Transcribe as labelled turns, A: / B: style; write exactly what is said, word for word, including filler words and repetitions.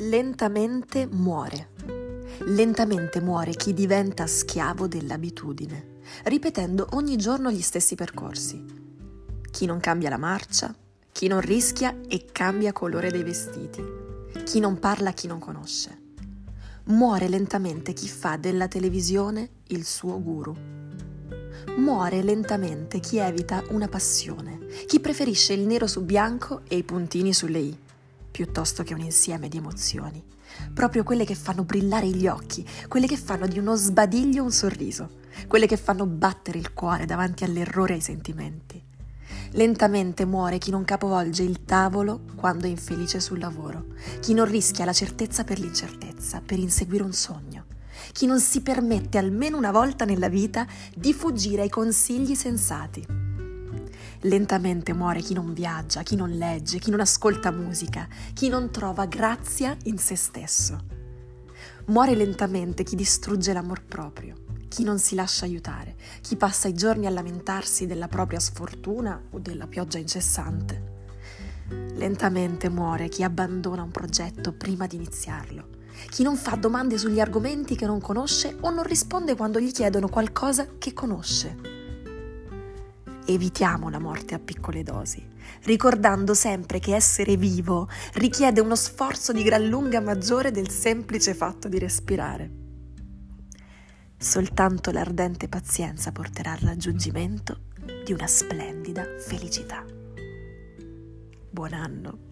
A: Lentamente muore. Lentamente muore chi diventa schiavo dell'abitudine, ripetendo ogni giorno gli stessi percorsi. Chi non cambia la marcia, chi non rischia e cambia colore dei vestiti, chi non parla a chi non conosce. Muore lentamente chi fa della televisione il suo guru. Muore lentamente chi evita una passione, chi preferisce il nero su bianco e i puntini sulle i, piuttosto che un insieme di emozioni, proprio quelle che fanno brillare gli occhi, quelle che fanno di uno sbadiglio un sorriso, quelle che fanno battere il cuore davanti all'errore e ai sentimenti. Lentamente muore chi non capovolge il tavolo quando è infelice sul lavoro, chi non rischia la certezza per l'incertezza, per inseguire un sogno, chi non si permette almeno una volta nella vita di fuggire ai consigli sensati. Lentamente muore chi non viaggia, chi non legge, chi non ascolta musica, chi non trova grazia in se stesso. Muore lentamente chi distrugge l'amor proprio, chi non si lascia aiutare, chi passa i giorni a lamentarsi della propria sfortuna o della pioggia incessante. Lentamente muore chi abbandona un progetto prima di iniziarlo, chi non fa domande sugli argomenti che non conosce o non risponde quando gli chiedono qualcosa che conosce. Evitiamo la morte a piccole dosi, ricordando sempre che essere vivo richiede uno sforzo di gran lunga maggiore del semplice fatto di respirare. Soltanto l'ardente pazienza porterà al raggiungimento di una splendida felicità. Buon anno!